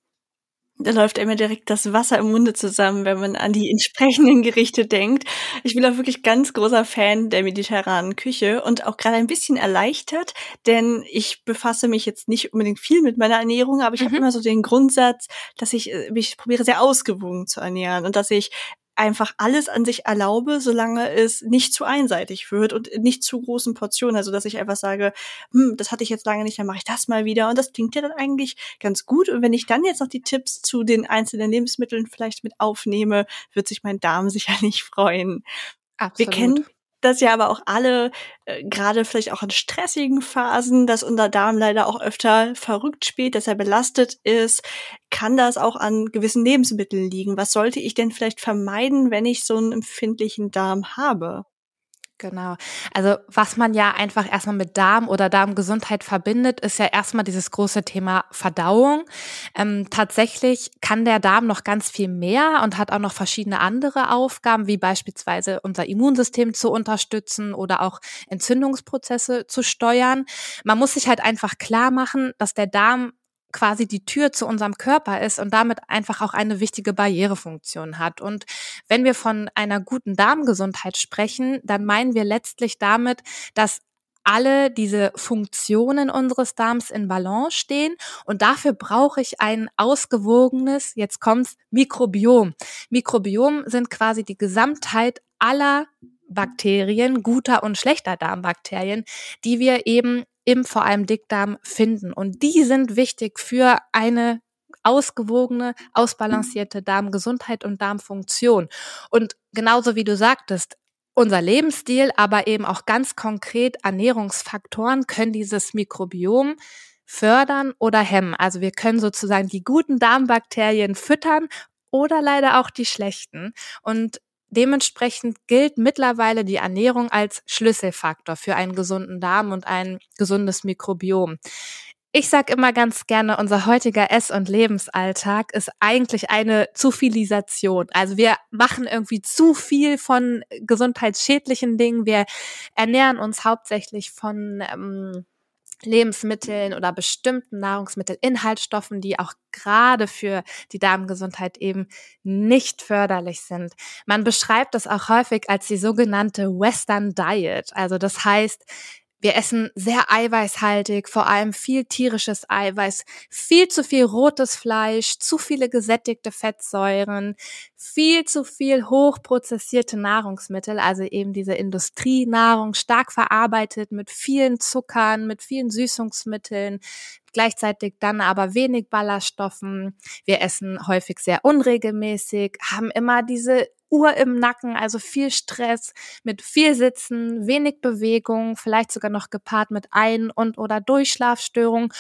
Da läuft einem direkt das Wasser im Munde zusammen, wenn man an die entsprechenden Gerichte denkt. Ich bin auch wirklich ganz großer Fan der mediterranen Küche und auch gerade ein bisschen erleichtert, denn ich befasse mich jetzt nicht unbedingt viel mit meiner Ernährung, aber ich mhm. habe immer so den Grundsatz, dass ich mich probiere, sehr ausgewogen zu ernähren und dass ich einfach alles an sich erlaube, solange es nicht zu einseitig wird und nicht zu großen Portionen. Also, dass ich einfach sage, hm, das hatte ich jetzt lange nicht, dann mache ich das mal wieder. Und das klingt ja dann eigentlich ganz gut. Und wenn ich dann jetzt noch die Tipps zu den einzelnen Lebensmitteln vielleicht mit aufnehme, wird sich mein Darm sicherlich freuen. Absolut. Wir kennen das ja aber auch alle, äh, gerade vielleicht auch in stressigen Phasen, dass unser Darm leider auch öfter verrückt spielt, dass er belastet ist. Kann das auch an gewissen Lebensmitteln liegen? Was sollte ich denn vielleicht vermeiden, wenn ich so einen empfindlichen Darm habe? Genau. Also was man ja einfach erstmal mit Darm oder Darmgesundheit verbindet, ist ja erstmal dieses große Thema Verdauung. Ähm, tatsächlich kann der Darm noch ganz viel mehr und hat auch noch verschiedene andere Aufgaben, wie beispielsweise unser Immunsystem zu unterstützen oder auch Entzündungsprozesse zu steuern. Man muss sich halt einfach klar machen, dass der Darm quasi die Tür zu unserem Körper ist und damit einfach auch eine wichtige Barrierefunktion hat. Und wenn wir von einer guten Darmgesundheit sprechen, dann meinen wir letztlich damit, dass alle diese Funktionen unseres Darms in Balance stehen und dafür brauche ich ein ausgewogenes, jetzt kommt's, Mikrobiom. Mikrobiom sind quasi die Gesamtheit aller Bakterien, guter und schlechter Darmbakterien, die wir eben im vor allem Dickdarm finden. Und die sind wichtig für eine ausgewogene, ausbalancierte Darmgesundheit und Darmfunktion. Und genauso wie du sagtest, unser Lebensstil, aber eben auch ganz konkret Ernährungsfaktoren können dieses Mikrobiom fördern oder hemmen. Also wir können sozusagen die guten Darmbakterien füttern oder leider auch die schlechten. Und dementsprechend gilt mittlerweile die Ernährung als Schlüsselfaktor für einen gesunden Darm und ein gesundes Mikrobiom. Ich sage immer ganz gerne, unser heutiger Ess- und Lebensalltag ist eigentlich eine Zuvilisation. Also wir machen irgendwie zu viel von gesundheitsschädlichen Dingen. Wir ernähren uns hauptsächlich von ähm, Lebensmitteln oder bestimmten Nahrungsmittelinhaltsstoffen, die auch gerade für die Darmgesundheit eben nicht förderlich sind. Man beschreibt das auch häufig als die sogenannte Western Diet. Also das heißt, wir essen sehr eiweißhaltig, vor allem viel tierisches Eiweiß, viel zu viel rotes Fleisch, zu viele gesättigte Fettsäuren, viel zu viel hochprozessierte Nahrungsmittel, also eben diese Industrienahrung, stark verarbeitet mit vielen Zuckern, mit vielen Süßungsmitteln, gleichzeitig dann aber wenig Ballaststoffen. Wir essen häufig sehr unregelmäßig, haben immer diese Uhr im Nacken, also viel Stress, mit viel Sitzen, wenig Bewegung, vielleicht sogar noch gepaart mit Ein- und oder Durchschlafstörungen.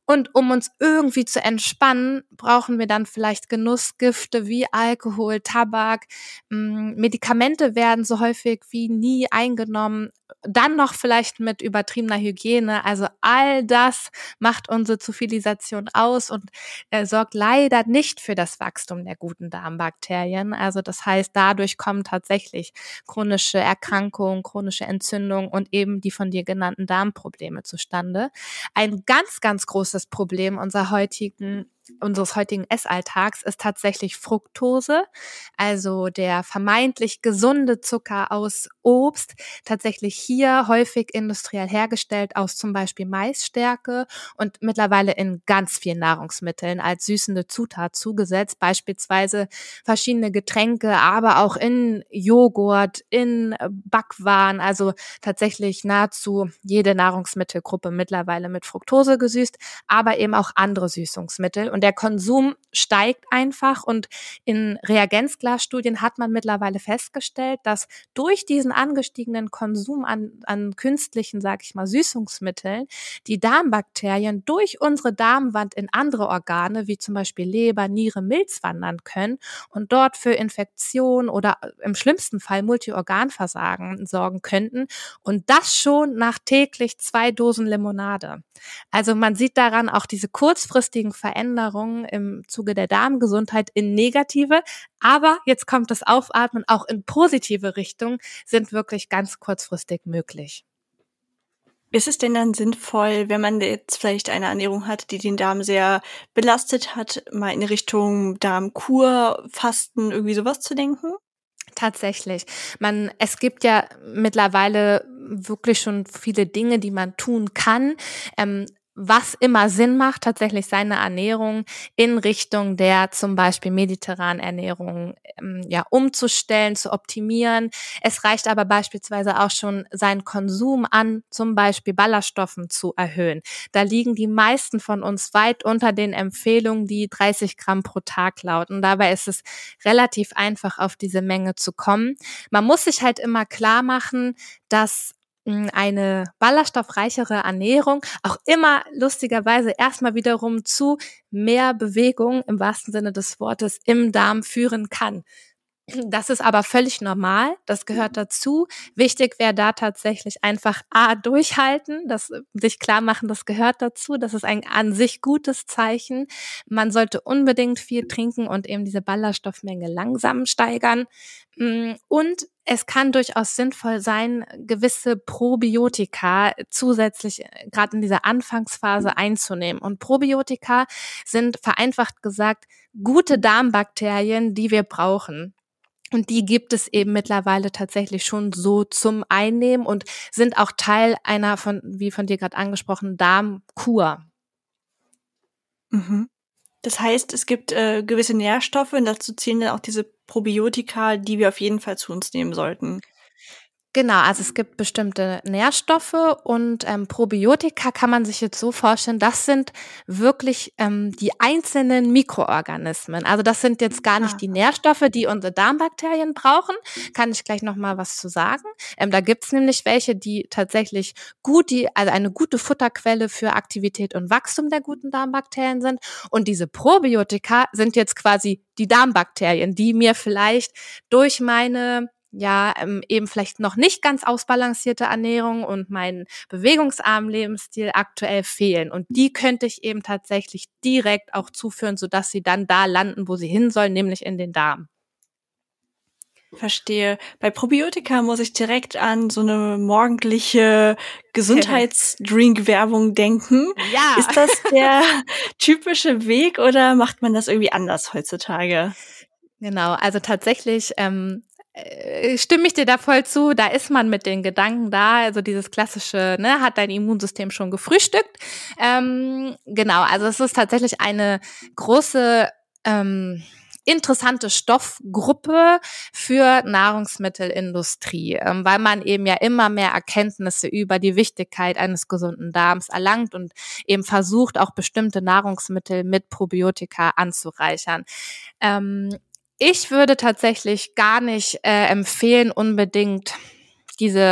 Und um uns irgendwie zu entspannen, brauchen wir dann vielleicht Genussgifte wie Alkohol, Tabak, Medikamente werden so häufig wie nie eingenommen, dann noch vielleicht mit übertriebener Hygiene. Also all das macht unsere Zivilisation aus und äh, sorgt leider nicht für das Wachstum der guten Darmbakterien. Also das heißt, dadurch kommen tatsächlich chronische Erkrankungen, chronische Entzündungen und eben die von dir genannten Darmprobleme zustande. Ein ganz, ganz großes Problem unserer heutigen unseres heutigen Essalltags ist tatsächlich Fructose, also der vermeintlich gesunde Zucker aus Obst, tatsächlich hier häufig industriell hergestellt aus zum Beispiel Maisstärke und mittlerweile in ganz vielen Nahrungsmitteln als süßende Zutat zugesetzt, beispielsweise verschiedene Getränke, aber auch in Joghurt, in Backwaren, also tatsächlich nahezu jede Nahrungsmittelgruppe mittlerweile mit Fructose gesüßt, aber eben auch andere Süßungsmittel. Und der Konsum steigt einfach und in Reagenzglasstudien hat man mittlerweile festgestellt, dass durch diesen angestiegenen Konsum an, an künstlichen, sag ich mal, Süßungsmitteln die Darmbakterien durch unsere Darmwand in andere Organe, wie zum Beispiel Leber, Niere, Milz wandern können und dort für Infektion oder im schlimmsten Fall Multiorganversagen sorgen könnten. Und das schon nach täglich zwei Dosen Limonade. Also man sieht daran auch diese kurzfristigen Veränderungen im Zuge der Darmgesundheit in negative, aber jetzt kommt das Aufatmen auch in positive Richtung, sind wirklich ganz kurzfristig möglich. Ist es denn dann sinnvoll, wenn man jetzt vielleicht eine Ernährung hat, die den Darm sehr belastet hat, mal in Richtung Darmkur, Fasten, irgendwie sowas zu denken? Tatsächlich. Man, es gibt ja mittlerweile wirklich schon viele Dinge, die man tun kann. Ähm, was immer Sinn macht, tatsächlich seine Ernährung in Richtung der zum Beispiel mediterranen Ernährung ähm, ja umzustellen, zu optimieren. Es reicht aber beispielsweise auch schon, seinen Konsum an zum Beispiel Ballaststoffen zu erhöhen. Da liegen die meisten von uns weit unter den Empfehlungen, die dreißig Gramm pro Tag lauten. Dabei ist es relativ einfach, auf diese Menge zu kommen. Man muss sich halt immer klar machen, dass eine ballaststoffreichere Ernährung auch immer lustigerweise erstmal wiederum zu mehr Bewegung im wahrsten Sinne des Wortes im Darm führen kann. Das ist aber völlig normal, das gehört dazu. Wichtig wäre da tatsächlich einfach A, durchhalten, das sich klar machen, das gehört dazu, das ist ein an sich gutes Zeichen. Man sollte unbedingt viel trinken und eben diese Ballaststoffmenge langsam steigern. Und es kann durchaus sinnvoll sein, gewisse Probiotika zusätzlich gerade in dieser Anfangsphase einzunehmen. Und Probiotika sind vereinfacht gesagt gute Darmbakterien, die wir brauchen. Und die gibt es eben mittlerweile tatsächlich schon so zum Einnehmen und sind auch Teil einer von, wie von dir gerade angesprochen, Darmkur. Mhm. Das heißt, es gibt äh, gewisse Nährstoffe und dazu zählen dann auch diese Probiotika, die wir auf jeden Fall zu uns nehmen sollten. Genau, also es gibt bestimmte Nährstoffe und ähm, Probiotika kann man sich jetzt so vorstellen, das sind wirklich ähm, die einzelnen Mikroorganismen. Also das sind jetzt gar nicht die Nährstoffe, die unsere Darmbakterien brauchen. Kann ich gleich nochmal was zu sagen. Ähm, da gibt's nämlich welche, die tatsächlich gut, die also eine gute Futterquelle für Aktivität und Wachstum der guten Darmbakterien sind. Und diese Probiotika sind jetzt quasi die Darmbakterien, die mir vielleicht durch meine ja, ähm, eben vielleicht noch nicht ganz ausbalancierte Ernährung und meinen bewegungsarmen Lebensstil aktuell fehlen. Und die könnte ich eben tatsächlich direkt auch zuführen, sodass sie dann da landen, wo sie hin sollen, nämlich in den Darm. Verstehe. Bei Probiotika muss ich direkt an so eine morgendliche Gesundheitsdrink-Werbung denken. Ja. Ist das der typische Weg oder macht man das irgendwie anders heutzutage? Genau, also tatsächlich ähm, stimme ich dir da voll zu, da ist man mit den Gedanken da, also dieses klassische, ne, hat dein Immunsystem schon gefrühstückt. Ähm, genau, also es ist tatsächlich eine große, ähm, interessante Stoffgruppe für Nahrungsmittelindustrie, ähm, weil man eben ja immer mehr Erkenntnisse über die Wichtigkeit eines gesunden Darms erlangt und eben versucht, auch bestimmte Nahrungsmittel mit Probiotika anzureichern. Ähm, Ich würde tatsächlich gar nicht äh, empfehlen, unbedingt diese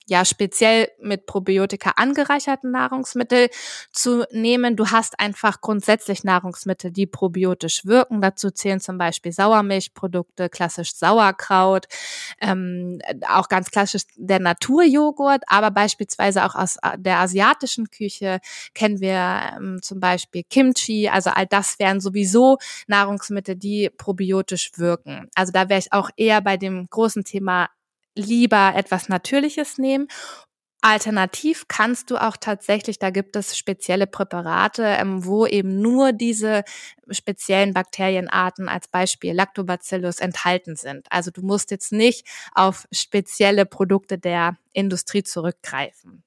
ja speziell mit Probiotika angereicherten Nahrungsmittel zu nehmen. Du hast einfach grundsätzlich Nahrungsmittel, die probiotisch wirken. Dazu zählen zum Beispiel Sauermilchprodukte, klassisch Sauerkraut, ähm, auch ganz klassisch der Naturjoghurt, aber beispielsweise auch aus der asiatischen Küche kennen wir ähm, zum Beispiel Kimchi. Also all das wären sowieso Nahrungsmittel, die probiotisch wirken. Also da wäre ich auch eher bei dem großen Thema lieber etwas Natürliches nehmen. Alternativ kannst du auch tatsächlich, da gibt es spezielle Präparate, ähm, wo eben nur diese speziellen Bakterienarten, als Beispiel Lactobacillus, enthalten sind. Also du musst jetzt nicht auf spezielle Produkte der Industrie zurückgreifen.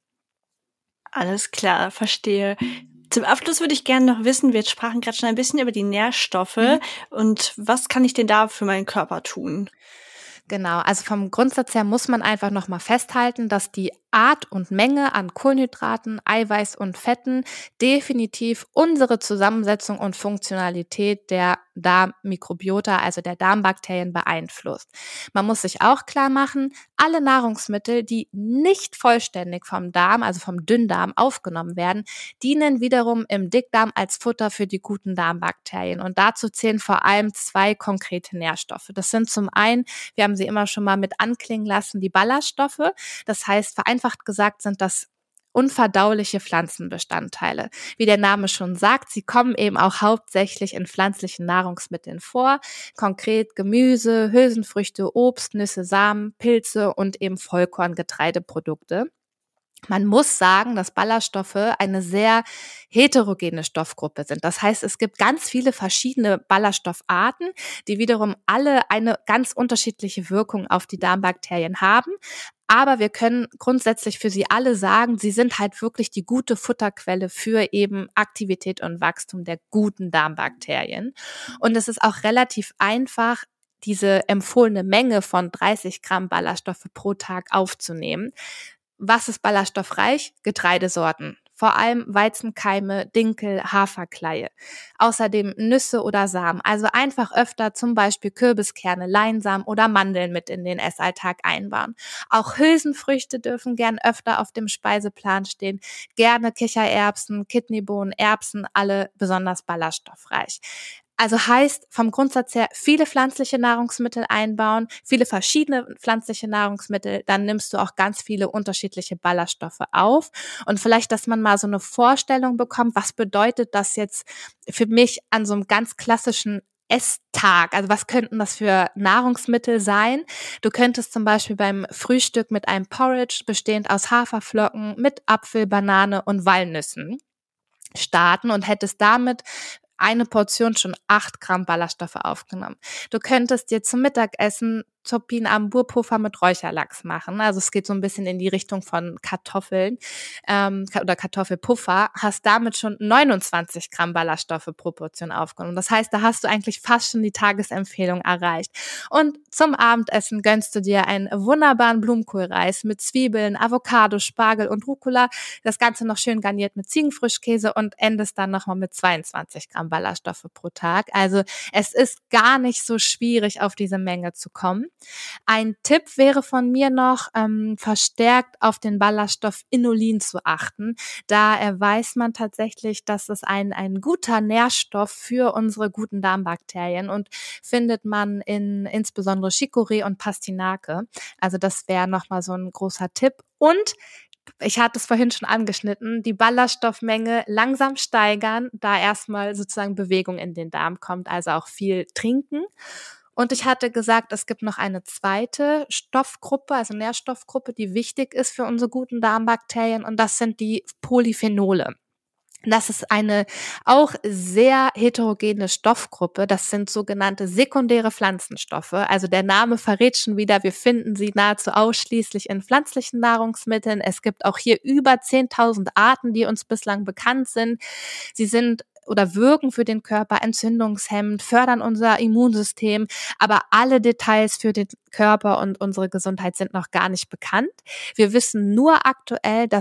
Alles klar, verstehe. Zum Abschluss würde ich gerne noch wissen, wir sprachen gerade schon ein bisschen über die Nährstoffe mhm. und was kann ich denn da für meinen Körper tun? Genau, also vom Grundsatz her muss man einfach nochmal festhalten, dass die Art und Menge an Kohlenhydraten, Eiweiß und Fetten definitiv unsere Zusammensetzung und Funktionalität der Darmmikrobiota, also der Darmbakterien, beeinflusst. Man muss sich auch klar machen, alle Nahrungsmittel, die nicht vollständig vom Darm, also vom Dünndarm aufgenommen werden, dienen wiederum im Dickdarm als Futter für die guten Darmbakterien. Und dazu zählen vor allem zwei konkrete Nährstoffe. Das sind zum einen, wir haben sie immer schon mal mit anklingen lassen, die Ballaststoffe. Das heißt, vereinfacht gesagt sind das unverdauliche Pflanzenbestandteile. Wie der Name schon sagt, sie kommen eben auch hauptsächlich in pflanzlichen Nahrungsmitteln vor. Konkret Gemüse, Hülsenfrüchte, Obst, Nüsse, Samen, Pilze und eben Vollkorngetreideprodukte. Man muss sagen, dass Ballaststoffe eine sehr heterogene Stoffgruppe sind. Das heißt, es gibt ganz viele verschiedene Ballaststoffarten, die wiederum alle eine ganz unterschiedliche Wirkung auf die Darmbakterien haben. Aber wir können grundsätzlich für sie alle sagen, sie sind halt wirklich die gute Futterquelle für eben Aktivität und Wachstum der guten Darmbakterien. Und es ist auch relativ einfach, diese empfohlene Menge von dreißig Gramm Ballaststoffe pro Tag aufzunehmen. Was ist ballaststoffreich? Getreidesorten. Vor allem Weizenkeime, Dinkel, Haferkleie. Außerdem Nüsse oder Samen. Also einfach öfter zum Beispiel Kürbiskerne, Leinsamen oder Mandeln mit in den Essalltag einbauen. Auch Hülsenfrüchte dürfen gern öfter auf dem Speiseplan stehen. Gerne Kichererbsen, Kidneybohnen, Erbsen, alle besonders ballaststoffreich. Also heißt vom Grundsatz her viele pflanzliche Nahrungsmittel einbauen, viele verschiedene pflanzliche Nahrungsmittel, dann nimmst du auch ganz viele unterschiedliche Ballaststoffe auf. Und vielleicht, dass man mal so eine Vorstellung bekommt, was bedeutet das jetzt für mich an so einem ganz klassischen Esstag? Also was könnten das für Nahrungsmittel sein? Du könntest zum Beispiel beim Frühstück mit einem Porridge bestehend aus Haferflocken mit Apfel, Banane und Walnüssen starten und hättest damit eine Portion schon acht Gramm Ballaststoffe aufgenommen. Du könntest dir zum Mittagessen Topinambur-Puffer mit Räucherlachs machen. Also es geht so ein bisschen in die Richtung von Kartoffeln ähm, oder Kartoffelpuffer. Hast damit schon neunundzwanzig Gramm Ballaststoffe pro Portion aufgenommen. Das heißt, da hast du eigentlich fast schon die Tagesempfehlung erreicht. Und zum Abendessen gönnst du dir einen wunderbaren Blumenkohlreis mit Zwiebeln, Avocado, Spargel und Rucola. Das Ganze noch schön garniert mit Ziegenfrischkäse und endest dann nochmal mit zweiundzwanzig Gramm Ballaststoffe pro Tag. Also es ist gar nicht so schwierig, auf diese Menge zu kommen. Ein Tipp wäre von mir noch, ähm, verstärkt auf den Ballaststoff Inulin zu achten. Da äh, weiß man tatsächlich, dass es ein, ein guter Nährstoff für unsere guten Darmbakterien und findet man in insbesondere Chicorée und Pastinake. Also das wäre nochmal so ein großer Tipp. Und ich hatte es vorhin schon angeschnitten, die Ballaststoffmenge langsam steigern, da erstmal sozusagen Bewegung in den Darm kommt, also auch viel trinken. Und ich hatte gesagt, es gibt noch eine zweite Stoffgruppe, also Nährstoffgruppe, die wichtig ist für unsere guten Darmbakterien, und das sind die Polyphenole. Das ist eine auch sehr heterogene Stoffgruppe. Das sind sogenannte sekundäre Pflanzenstoffe. Also der Name verrät schon wieder, wir finden sie nahezu ausschließlich in pflanzlichen Nahrungsmitteln. Es gibt auch hier über zehntausend Arten, die uns bislang bekannt sind. Sie sind oder wirken für den Körper entzündungshemmend, fördern unser Immunsystem, aber alle Details für den Körper und unsere Gesundheit sind noch gar nicht bekannt. Wir wissen nur aktuell, dass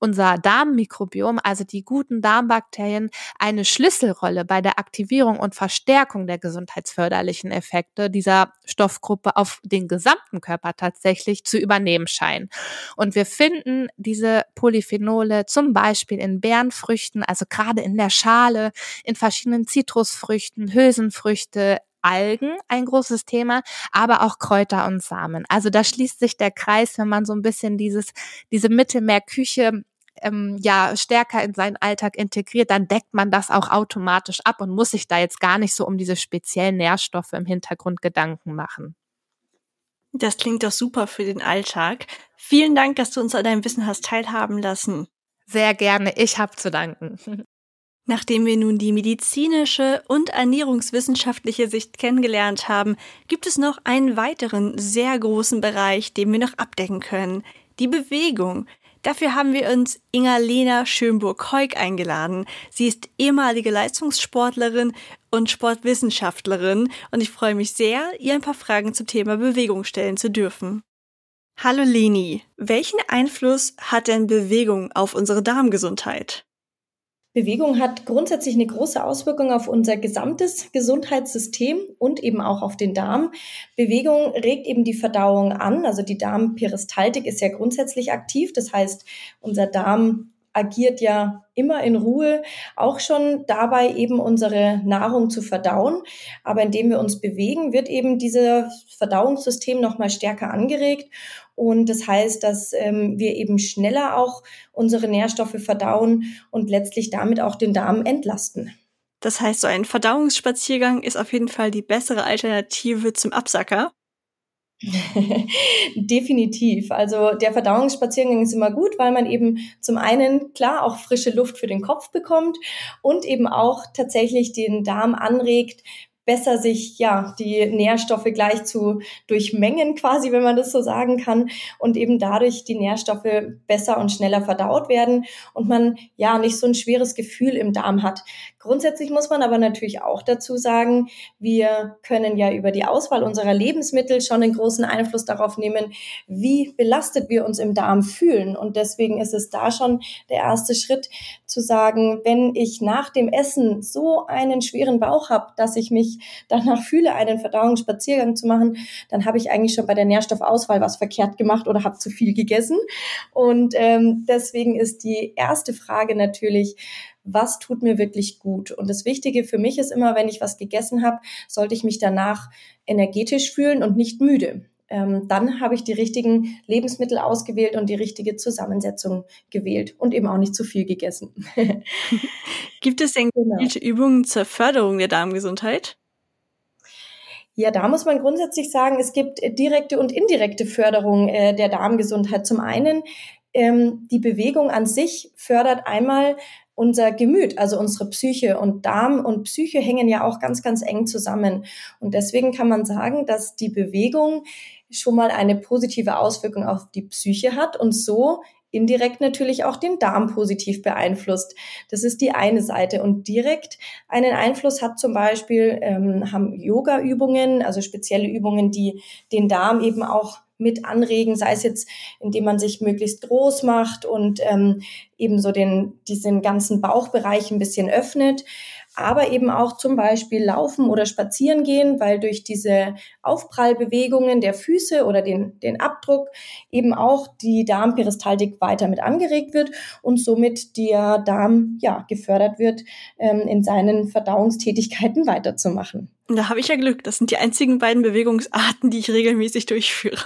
unser Darmmikrobiom, also die guten Darmbakterien, eine Schlüsselrolle bei der Aktivierung und Verstärkung der gesundheitsförderlichen Effekte dieser Stoffgruppe auf den gesamten Körper tatsächlich zu übernehmen scheinen. Und wir finden diese Polyphenole zum Beispiel in Beerenfrüchten, also gerade in der Schale, in verschiedenen Zitrusfrüchten, Hülsenfrüchte, Algen, ein großes Thema, aber auch Kräuter und Samen. Also da schließt sich der Kreis, wenn man so ein bisschen dieses, diese Mittelmeerküche ähm, ja stärker in seinen Alltag integriert, dann deckt man das auch automatisch ab und muss sich da jetzt gar nicht so um diese speziellen Nährstoffe im Hintergrund Gedanken machen. Das klingt doch super für den Alltag. Vielen Dank, dass du uns an deinem Wissen hast teilhaben lassen. Sehr gerne, ich habe zu danken. Nachdem wir nun die medizinische und ernährungswissenschaftliche Sicht kennengelernt haben, gibt es noch einen weiteren sehr großen Bereich, den wir noch abdecken können: die Bewegung. Dafür haben wir uns Inga-Lena Schönburg-Heuk eingeladen. Sie ist ehemalige Leistungssportlerin und Sportwissenschaftlerin und ich freue mich sehr, ihr ein paar Fragen zum Thema Bewegung stellen zu dürfen. Hallo Leni, welchen Einfluss hat denn Bewegung auf unsere Darmgesundheit? Bewegung hat grundsätzlich eine große Auswirkung auf unser gesamtes Gesundheitssystem und eben auch auf den Darm. Bewegung regt eben die Verdauung an, also die Darmperistaltik ist ja grundsätzlich aktiv. Das heißt, unser Darm agiert ja immer in Ruhe, auch schon dabei eben unsere Nahrung zu verdauen. Aber indem wir uns bewegen, wird eben dieses Verdauungssystem nochmal stärker angeregt. Und das heißt, dass ähm, wir eben schneller auch unsere Nährstoffe verdauen und letztlich damit auch den Darm entlasten. Das heißt, so ein Verdauungsspaziergang ist auf jeden Fall die bessere Alternative zum Absacker? Definitiv. Also der Verdauungsspaziergang ist immer gut, weil man eben zum einen klar auch frische Luft für den Kopf bekommt und eben auch tatsächlich den Darm anregt, besser sich ja die Nährstoffe gleich zu durchmengen quasi, wenn man das so sagen kann, und eben dadurch die Nährstoffe besser und schneller verdaut werden und man ja nicht so ein schweres Gefühl im Darm hat. Grundsätzlich muss man aber natürlich auch dazu sagen, wir können ja über die Auswahl unserer Lebensmittel schon einen großen Einfluss darauf nehmen, wie belastet wir uns im Darm fühlen. Und deswegen ist es da schon der erste Schritt zu sagen, wenn ich nach dem Essen so einen schweren Bauch habe, dass ich mich danach fühle, einen Verdauungsspaziergang zu machen, dann habe ich eigentlich schon bei der Nährstoffauswahl was verkehrt gemacht oder habe zu viel gegessen. Und ähm, deswegen ist die erste Frage natürlich, was tut mir wirklich gut? Und das Wichtige für mich ist immer, wenn ich was gegessen habe, sollte ich mich danach energetisch fühlen und nicht müde. Ähm, dann habe ich die richtigen Lebensmittel ausgewählt und die richtige Zusammensetzung gewählt und eben auch nicht zu viel gegessen. Gibt es denn gezielte genau. Übungen zur Förderung der Darmgesundheit? Ja, da muss man grundsätzlich sagen, es gibt direkte und indirekte Förderung äh, der Darmgesundheit. Zum einen, ähm, die Bewegung an sich fördert einmal unser Gemüt, also unsere Psyche, und Darm und Psyche hängen ja auch ganz, ganz eng zusammen. Und deswegen kann man sagen, dass die Bewegung schon mal eine positive Auswirkung auf die Psyche hat und so indirekt natürlich auch den Darm positiv beeinflusst. Das ist die eine Seite. Und direkt einen Einfluss hat zum Beispiel, ähm, haben Yoga-Übungen, also spezielle Übungen, die den Darm eben auch mit anregen, sei es jetzt, indem man sich möglichst groß macht und ähm, eben so den, diesen ganzen Bauchbereich ein bisschen öffnet, aber eben auch zum Beispiel laufen oder spazieren gehen, weil durch diese Aufprallbewegungen der Füße oder den, den Abdruck eben auch die Darmperistaltik weiter mit angeregt wird und somit der Darm ja gefördert wird, ähm, in seinen Verdauungstätigkeiten weiterzumachen. Da habe ich ja Glück. Das sind die einzigen beiden Bewegungsarten, die ich regelmäßig durchführe.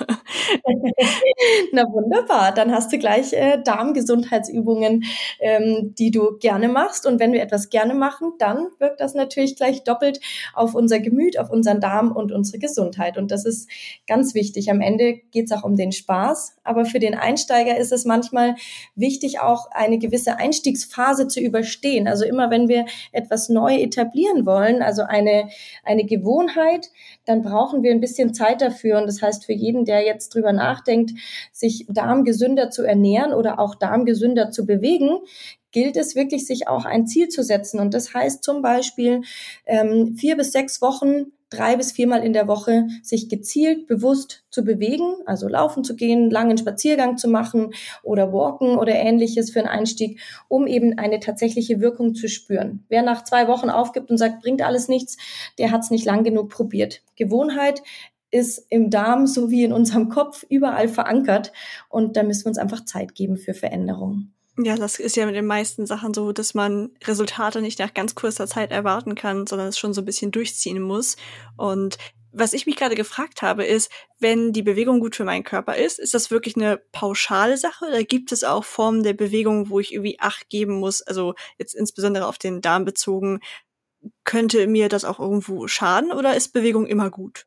Na wunderbar, dann hast du gleich äh, Darmgesundheitsübungen, ähm, die du gerne machst. Und wenn wir etwas gerne machen, dann wirkt das natürlich gleich doppelt auf unser Gemüt, auf unseren Darm und unsere Gesundheit. Und das ist ganz wichtig. Am Ende geht es auch um den Spaß. Aber für den Einsteiger ist es manchmal wichtig, auch eine gewisse Einstiegsphase zu überstehen. Also immer, wenn wir etwas neu etablieren wollen, also eine eine Gewohnheit, dann brauchen wir ein bisschen Zeit dafür. Und das heißt, für jeden, der jetzt drüber nachdenkt, sich darmgesünder zu ernähren oder auch darmgesünder zu bewegen, gilt es wirklich, sich auch ein Ziel zu setzen. Und das heißt zum Beispiel ähm, vier bis sechs Wochen drei bis viermal in der Woche sich gezielt, bewusst zu bewegen, also laufen zu gehen, langen Spaziergang zu machen oder walken oder ähnliches für einen Einstieg, um eben eine tatsächliche Wirkung zu spüren. Wer nach zwei Wochen aufgibt und sagt, bringt alles nichts, der hat es nicht lang genug probiert. Gewohnheit ist im Darm so wie in unserem Kopf überall verankert und da müssen wir uns einfach Zeit geben für Veränderungen. Ja, das ist ja mit den meisten Sachen so, dass man Resultate nicht nach ganz kurzer Zeit erwarten kann, sondern es schon so ein bisschen durchziehen muss. Und was ich mich gerade gefragt habe, ist, wenn die Bewegung gut für meinen Körper ist, ist das wirklich eine pauschale Sache oder gibt es auch Formen der Bewegung, wo ich irgendwie Acht geben muss, also jetzt insbesondere auf den Darm bezogen, könnte mir das auch irgendwo schaden oder ist Bewegung immer gut?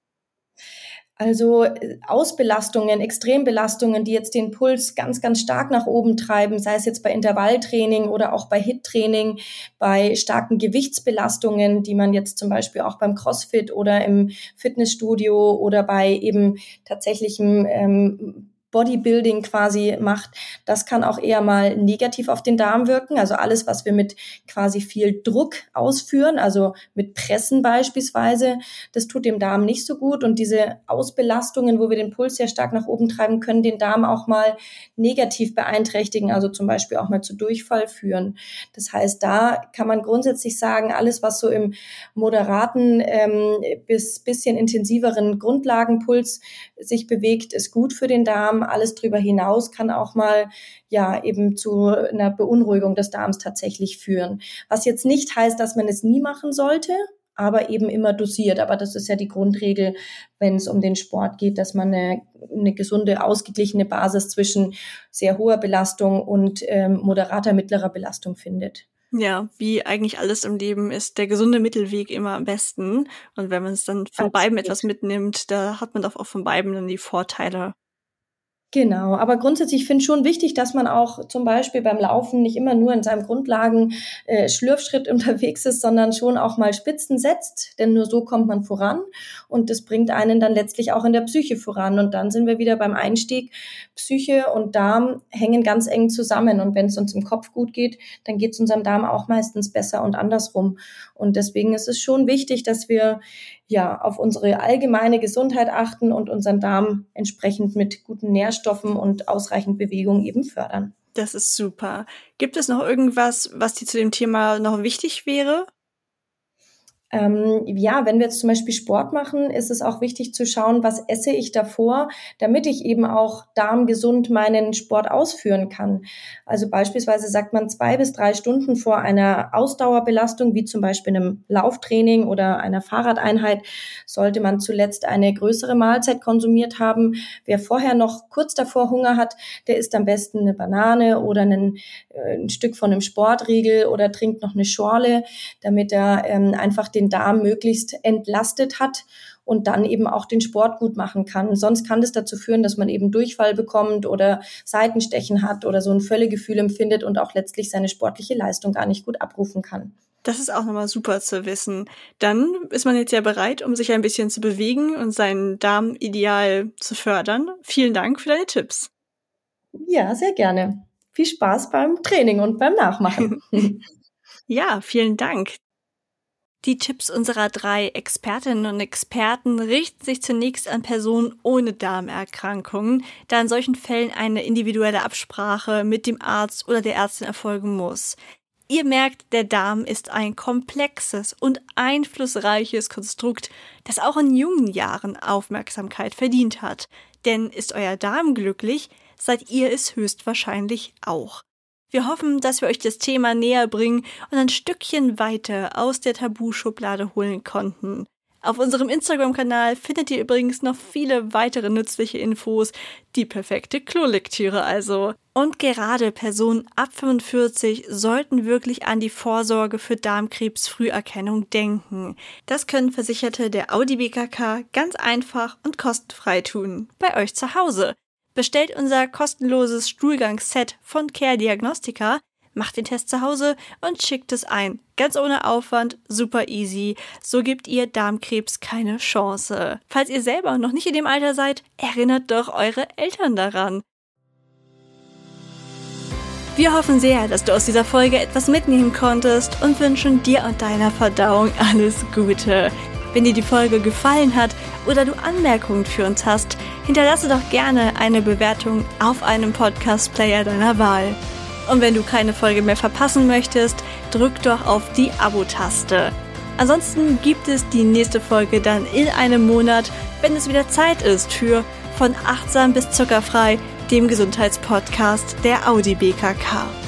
Also Ausbelastungen, Extrembelastungen, die jetzt den Puls ganz, ganz stark nach oben treiben, sei es jetzt bei Intervalltraining oder auch bei H I I T-Training, bei starken Gewichtsbelastungen, die man jetzt zum Beispiel auch beim CrossFit oder im Fitnessstudio oder bei eben tatsächlichem ähm, Bodybuilding quasi macht, das kann auch eher mal negativ auf den Darm wirken. Also alles, was wir mit quasi viel Druck ausführen, also mit Pressen beispielsweise, das tut dem Darm nicht so gut. Und diese Ausbelastungen, wo wir den Puls sehr stark nach oben treiben, können den Darm auch mal negativ beeinträchtigen, also zum Beispiel auch mal zu Durchfall führen. Das heißt, da kann man grundsätzlich sagen, alles, was so im moderaten ähm, bis bisschen intensiveren Grundlagenpuls sich bewegt, ist gut für den Darm. Alles drüber hinaus kann auch mal ja eben zu einer Beunruhigung des Darms tatsächlich führen. Was jetzt nicht heißt, dass man es nie machen sollte, aber eben immer dosiert. Aber das ist ja die Grundregel, wenn es um den Sport geht, dass man eine, eine gesunde, ausgeglichene Basis zwischen sehr hoher Belastung und ähm, moderater, mittlerer Belastung findet. Ja, wie eigentlich alles im Leben ist der gesunde Mittelweg immer am besten. Und wenn man es dann von Absolut. beiden etwas mitnimmt, da hat man doch auch von beiden dann die Vorteile. Genau, aber grundsätzlich finde ich schon wichtig, dass man auch zum Beispiel beim Laufen nicht immer nur in seinem Grundlagen-Schlürfschritt äh, unterwegs ist, sondern schon auch mal Spitzen setzt, denn nur so kommt man voran und das bringt einen dann letztlich auch in der Psyche voran und dann sind wir wieder beim Einstieg. Psyche und Darm hängen ganz eng zusammen und wenn es uns im Kopf gut geht, dann geht es unserem Darm auch meistens besser und andersrum und deswegen ist es schon wichtig, dass wir ja auf unsere allgemeine Gesundheit achten und unseren Darm entsprechend mit guten Nährstoffen und ausreichend Bewegung eben fördern. Das ist super. Gibt es noch irgendwas, was dir zu dem Thema noch wichtig wäre? Ähm, ja, wenn wir jetzt zum Beispiel Sport machen, ist es auch wichtig zu schauen, was esse ich davor, damit ich eben auch darmgesund meinen Sport ausführen kann. Also beispielsweise sagt man zwei bis drei Stunden vor einer Ausdauerbelastung, wie zum Beispiel einem Lauftraining oder einer Fahrradeinheit, sollte man zuletzt eine größere Mahlzeit konsumiert haben. Wer vorher noch kurz davor Hunger hat, der isst am besten eine Banane oder einen, äh, ein Stück von einem Sportriegel oder trinkt noch eine Schorle, damit er ähm, einfach den Darm möglichst entlastet hat und dann eben auch den Sport gut machen kann. Sonst kann das dazu führen, dass man eben Durchfall bekommt oder Seitenstechen hat oder so ein Völlegefühl empfindet und auch letztlich seine sportliche Leistung gar nicht gut abrufen kann. Das ist auch nochmal super zu wissen. Dann ist man jetzt ja bereit, um sich ein bisschen zu bewegen und seinen Darm ideal zu fördern. Vielen Dank für deine Tipps. Ja, sehr gerne. Viel Spaß beim Training und beim Nachmachen. Ja, vielen Dank. Die Tipps unserer drei Expertinnen und Experten richten sich zunächst an Personen ohne Darmerkrankungen, da in solchen Fällen eine individuelle Absprache mit dem Arzt oder der Ärztin erfolgen muss. Ihr merkt, der Darm ist ein komplexes und einflussreiches Konstrukt, das auch in jungen Jahren Aufmerksamkeit verdient hat. Denn ist euer Darm glücklich, seid ihr es höchstwahrscheinlich auch. Wir hoffen, dass wir euch das Thema näher bringen und ein Stückchen weiter aus der Tabuschublade holen konnten. Auf unserem Instagram-Kanal findet ihr übrigens noch viele weitere nützliche Infos, die perfekte Klolektüre also. Und gerade Personen ab fünfundvierzig sollten wirklich an die Vorsorge für Darmkrebsfrüherkennung denken. Das können Versicherte der Audi B K K ganz einfach und kostenfrei tun, bei euch zu Hause. Bestellt unser kostenloses Stuhlgangsset von Care Diagnostica, macht den Test zu Hause und schickt es ein. Ganz ohne Aufwand, super easy. So gebt ihr Darmkrebs keine Chance. Falls ihr selber noch nicht in dem Alter seid, erinnert doch eure Eltern daran. Wir hoffen sehr, dass du aus dieser Folge etwas mitnehmen konntest und wünschen dir und deiner Verdauung alles Gute. Wenn dir die Folge gefallen hat oder du Anmerkungen für uns hast, hinterlasse doch gerne eine Bewertung auf einem Podcast-Player deiner Wahl. Und wenn du keine Folge mehr verpassen möchtest, drück doch auf die Abo-Taste. Ansonsten gibt es die nächste Folge dann in einem Monat, wenn es wieder Zeit ist für Von achtsam bis zuckerfrei, dem Gesundheitspodcast der Audi B K K.